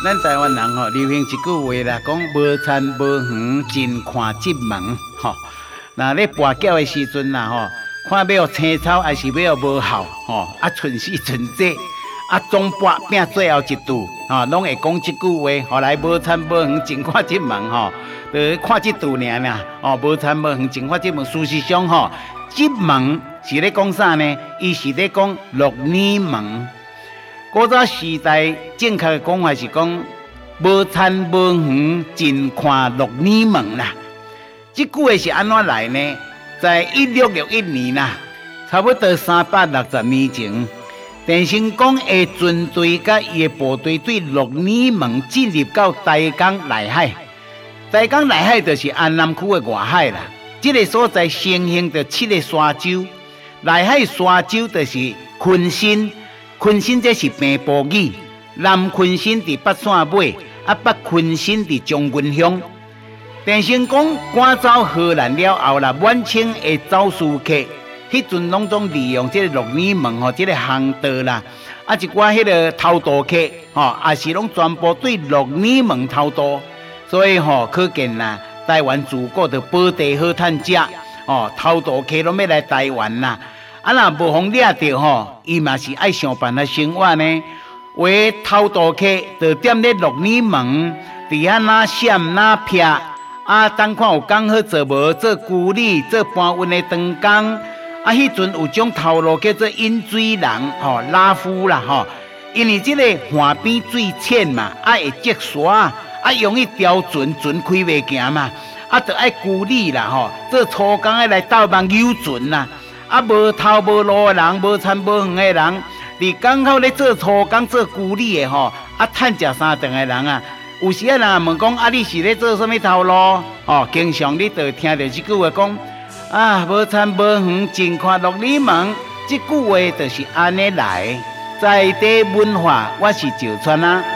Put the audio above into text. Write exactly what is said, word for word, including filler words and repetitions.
咱台湾人吼流行一句话啦，讲无田无园尽看进门吼。那咧跋筊的时阵啦吼，看要青草还是要无效吼，啊顺时顺这，啊总跋拼最后一度吼，拢会讲即句话。后来无田无园尽看进门吼，就看即度尔啦。哦，无田无园尽看进门。事实上吼，进门是咧讲啥呢？伊是咧讲鹿耳门。古早时代正确的讲法是讲无田无园尽看鹿耳门啦。这句话是安怎来呢？在一六六一年啦，差不多三百六十年前，郑成功的军队甲伊的部队对鹿耳门进入到台江内海。台江内海就是安南区的外海啦。这个所在盛行着七个沙洲，内海沙洲就是昆新。昆新这是平埔语，南昆新伫北线尾，啊北昆新伫将军乡。郑成功赶走荷兰了后啦，满清的走私客，迄阵拢总利用这个鹿耳门吼，这个航道啦，啊一寡迄个偷渡客吼，也是拢全部对鹿耳门偷渡，所以吼可见啦，台湾自古就宝地好趁食，哦偷渡客拢要来台湾啦。啊，若无互掠着吼，伊嘛是爱想办法生活呢。为偷渡客就踮咧鹿耳门，伫遐哪闪哪撇，啊，当看有工好做无，做居里，做搬运的长工。啊，迄阵有种头路叫做引水人，吼、哦，拉夫啦，吼、哦。因为即个岸边水浅嘛，啊会积沙，啊容易掉船，船开袂行嘛，啊，就爱居里啦，吼、哦，做粗工的来斗帮游船啦。啊，无头无路的人，无田无园的人，伫港口咧做粗工、做居里的吼，啊，趁食三顿的人啊，有时啊人问讲啊，你是咧做什么头路？哦，经常你就听到这句话讲啊，无田无园尽看鹿耳门，这句话就是安尼来，在地文化我是赵川啊。